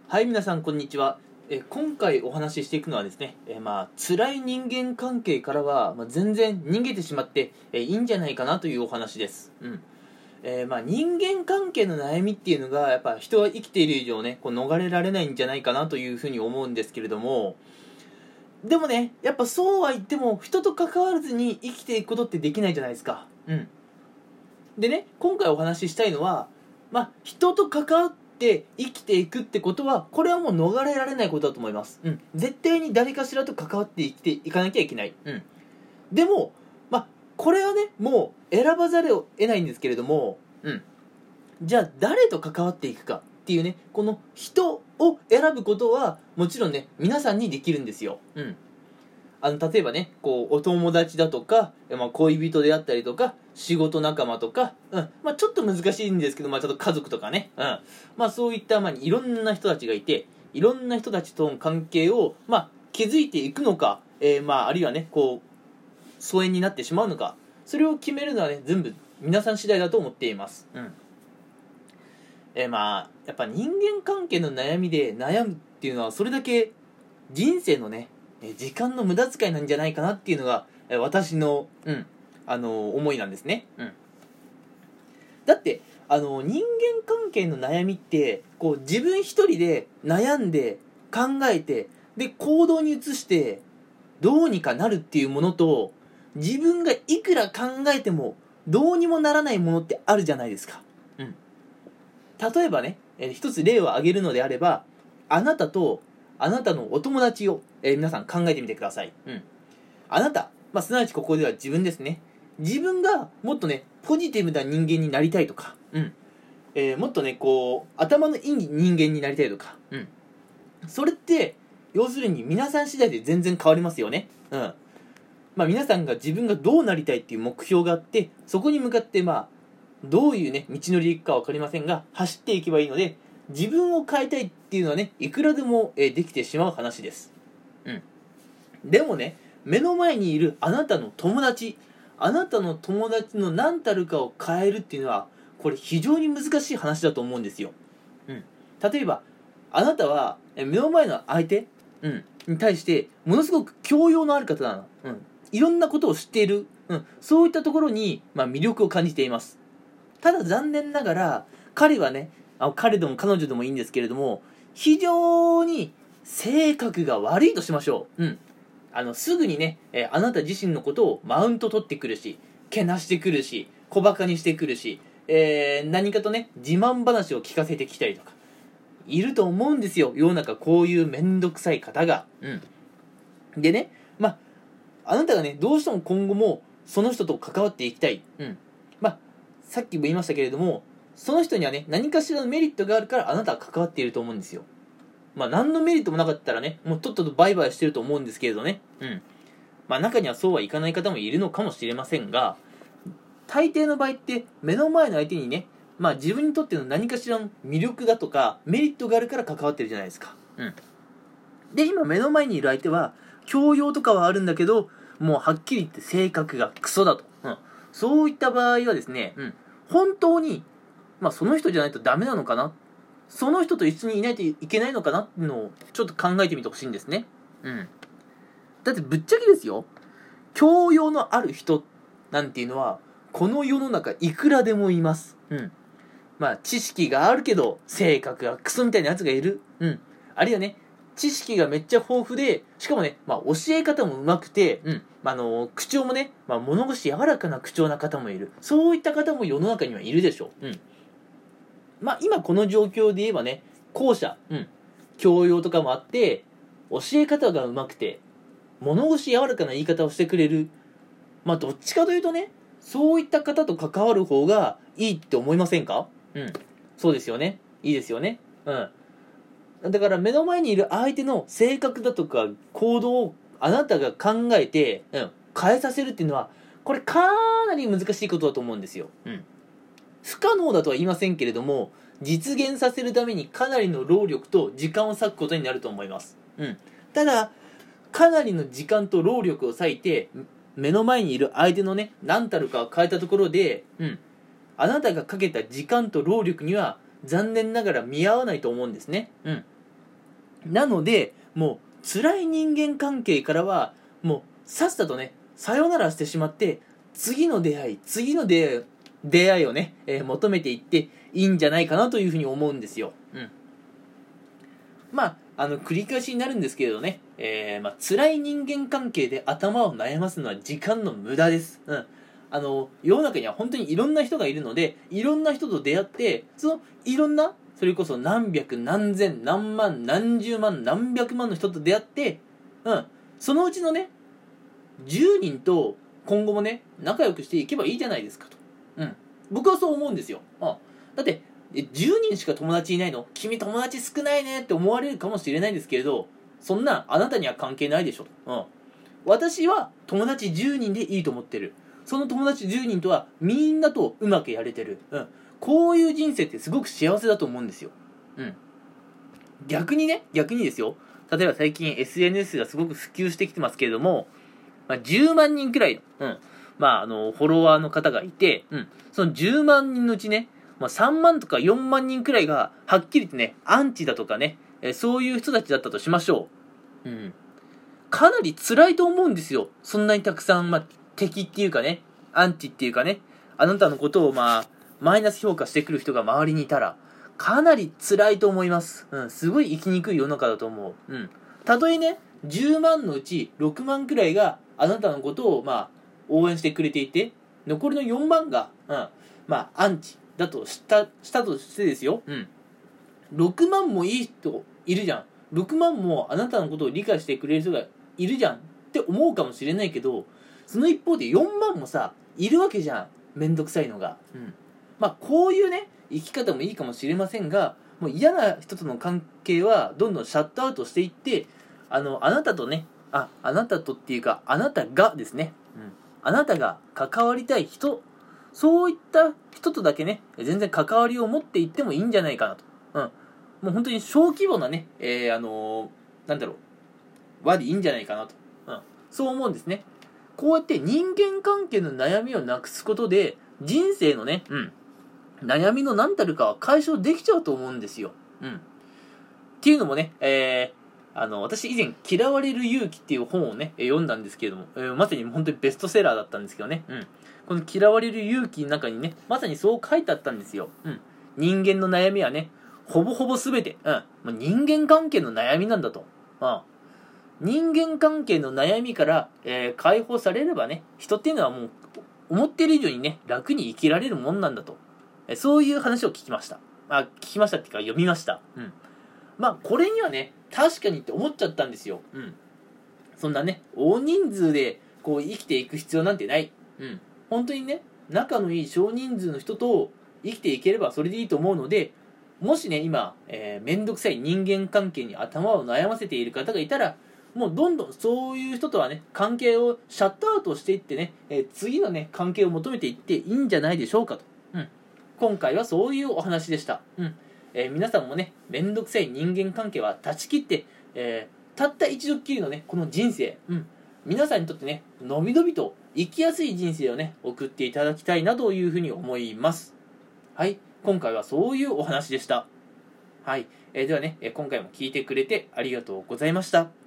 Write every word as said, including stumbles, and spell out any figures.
はい、皆さんこんにちは。え今回お話ししていくのはですね、えまあ辛い人間関係からは、まあ、全然逃げてしまってえいいんじゃないかなというお話です。うん。えーまあ人間関係の悩みっていうのがやっぱ人は生きている以上ね、こう逃れられないんじゃないかなというふうに思うんですけれども、でもね、やっぱそうは言っても人と関わらずに生きていくことってできないじゃないですか。うん。でね、今回お話ししたいのは、まあ人と関わって生きていくってことは、これはもう逃れられないことだと思います。うん。絶対に誰かしらと関わって生きていかなきゃいけない。うん。でも、まあこれはね、もう選ばざるを得ないんですけれども、うん。じゃあ誰と関わっていくかっていうね、この人を選ぶことは、もちろんね、皆さんにできるんですよ。うん。あの例えばね、こうお友達だとか、まあ、恋人であったりとか仕事仲間とか、うんまあ、ちょっと難しいんですけど、まあ、ちょっと家族とかね、うんまあ、そういった、まあ、いろんな人たちがいて、いろんな人たちとの関係を、まあ、築いていくのか、えーまあ、あるいはねこう疎遠になってしまうのか、それを決めるのはね全部皆さん次第だと思っています。うんえー、まあやっぱ人間関係の悩みで悩むっていうのは、それだけ人生のね時間の無駄遣いなんじゃないかなっていうのが私の、うん、あの思いなんですね。うん、だってあの人間関係の悩みってこう自分一人で悩んで考えて、で行動に移してどうにかなるっていうものと、自分がいくら考えてもどうにもならないものってあるじゃないですか。うん、例えばね、えー一つ例を挙げるのであれば、あなたとあなたのお友達を、えー皆さん考えてみてください。うん。あなた、まあ、すなわちここでは自分ですね。自分がもっとね、ポジティブな人間になりたいとか、うん。えーもっとね、こう、頭のいい人間になりたいとか、うん。それって、要するに皆さん次第で全然変わりますよね。うん。まあ皆さんが自分がどうなりたいっていう目標があって、そこに向かってまあ、どういうね、道のり行くか分かりませんが、走っていけばいいので、自分を変えたいっていうのはね、いくらでも、えーできてしまう話です。うん。でもね、目の前にいるあなたの友達、あなたの友達の何たるかを変えるっていうのは、これ非常に難しい話だと思うんですよ。うん。例えば、あなたは、え目の前の相手、うん、に対して、ものすごく教養のある方だな。うん。いろんなことを知っている。うん。そういったところに、まあ魅力を感じています。ただ残念ながら、彼はね、あ彼でも彼女でもいいんですけれども、非常に性格が悪いとしましょう。うん。あの、すぐにね、えーあなた自身のことをマウント取ってくるし、けなしてくるし、小馬鹿にしてくるし、えー何かとね、自慢話を聞かせてきたりとか、いると思うんですよ。世の中こういうめんどくさい方が。うん。でね、まあ、あなたがね、どうしても今後もその人と関わっていきたい。うん。まあ、さっきも言いましたけれども、その人にはね、何かしらのメリットがあるからあなたは関わっていると思うんですよ。まあ、何のメリットもなかったらね、もうとっととバイバイしてると思うんですけれどね。うん。まあ、中にはそうはいかない方もいるのかもしれませんが、大抵の場合って目の前の相手にね、まあ自分にとっての何かしらの魅力だとかメリットがあるから関わってるじゃないですか。うん。で、今目の前にいる相手は、教養とかはあるんだけど、もうはっきり言って性格がクソだと。うん。そういった場合はですね、うん。本当に、まあその人じゃないとダメなのかな、その人と一緒にいないといけないのかなっていうのをちょっと考えてみてほしいんですね。うん。だってぶっちゃけですよ。教養のある人なんていうのは、この世の中いくらでもいます。うん。まあ、知識があるけど、性格がクソみたいなやつがいる。うん。あるいはね、知識がめっちゃ豊富で、しかもね、まあ、教え方も上手くて、うん。まあ、あの、口調もね、まあ、物腰柔らかな口調な方もいる。そういった方も世の中にはいるでしょう。うん。まあ、今この状況で言えばね、後者、うん。教養とかもあって、教え方が上手くて、物腰柔らかな言い方をしてくれる。まあ、どっちかというとね、そういった方と関わる方がいいって思いませんか？うん。そうですよね。いいですよね。うん。だから目の前にいる相手の性格だとか行動をあなたが考えて、うん、変えさせるっていうのは、これかなり難しいことだと思うんですよ。うん。不可能だとは言いませんけれども、実現させるためにかなりの労力と時間を割くことになると思います。うん。ただ、かなりの時間と労力を割いて、目の前にいる相手のね、何たるかを変えたところで、うん。あなたがかけた時間と労力には残念ながら見合わないと思うんですね。うん。 なのでもう辛い人間関係からはもうさっさとねさよならしてしまって、次の出会い次の出会い出会いをね、えー、求めていっていいんじゃないかなというふうに思うんですよ。うん。まああの繰り返しになるんですけれどね、えー、まあ辛い人間関係で頭を悩ますのは時間の無駄です。うん。あの世の中には本当にいろんな人がいるので、いろんな人と出会って、そのいろんなそれこそ何百何千何万何十万何百万の人と出会って、うん、そのうちのねじゅうにんと今後もね仲良くしていけばいいじゃないですかと。うん、僕はそう思うんですよ。あだってじゅうにんしか友達いないの、君友達少ないねって思われるかもしれないんですけれど、そんなあなたには関係ないでしょ。うん、私は友達じゅうにんでいいと思ってる。その友達じゅうにんとはみんなとうまくやれてる。うん、こういう人生ってすごく幸せだと思うんですよ。うん、逆にね逆にですよ、例えば最近 エスエヌエス がすごく普及してきてますけれども、まあ、じゅうまんにんくらいの、うん、まああのフォロワーの方がいて、うん、そのじゅうまんにんのうちね、まあ、さんまんとかよんまんにんくらいがはっきり言ってねアンチだとかね、えそういう人たちだったとしましょう。うん、かなり辛いと思うんですよ。そんなにたくさん、まあ、敵っていうかね、アンチっていうかね、あなたのことをまあマイナス評価してくる人が周りにいたらかなり辛いと思います。うん、すごい生きにくい世の中だと思う。うん、たとえねじゅうまんのうちろくまんくらいがあなたのことをまあ応援してくれていて、残りのよんまんが、うん、まあアンチだとしたしたとしてですよ。うん、ろくまんもいい人いるじゃん。ろくまんもあなたのことを理解してくれる人がいるじゃんって思うかもしれないけど、その一方でよんまんもさいるわけじゃん、めんどくさいのが。うん、まあこういうね生き方もいいかもしれませんが、もう嫌な人との関係はどんどんシャットアウトしていって、あのあなたとねああなたとっていうかあなたがですね、うん、あなたが関わりたい人、そういった人とだけね全然関わりを持っていってもいいんじゃないかなと。うん、もう本当に小規模なね、えー、あのー、なんだろう輪でいいんじゃないかなと、うん、そう思うんですね。こうやって人間関係の悩みをなくすことで人生のね、うん、悩みの何たるかは解消できちゃうと思うんですよ。うん、っていうのもね、えー、あの私以前嫌われる勇気っていう本をね読んだんですけれども、えー、まさに本当にベストセラーだったんですけどね、うん、この嫌われる勇気の中にねまさにそう書いてあったんですよ。うん、人間の悩みはねほぼほぼ全て、うん、もう人間関係の悩みなんだと。うん、人間関係の悩みから、えー、解放されればね人っていうのはもう思っている以上にね楽に生きられるもんなんだと、えー、そういう話を聞きました。あ聞きましたっていうか読みました。うん、まあこれにはね確かにって思っちゃったんですよ。うん、そんなね大人数でこう生きていく必要なんてない。うん、本当にね仲のいい少人数の人と生きていければそれでいいと思うので、もしね今、えー、めんどくさい人間関係に頭を悩ませている方がいたら、もうどんどんそういう人とはね関係をシャットアウトしていってね、えー、次のね関係を求めていっていいんじゃないでしょうかと。うん、今回はそういうお話でした。うん、えー、皆さんもねめんどくさい人間関係は断ち切って、えー、たった一度っきりのねこの人生、うん、皆さんにとってねのびのびと生きやすい人生をね送っていただきたいなというふうに思います。はい、今回はそういうお話でした。はい、えー、ではね今回も聞いてくれてありがとうございました。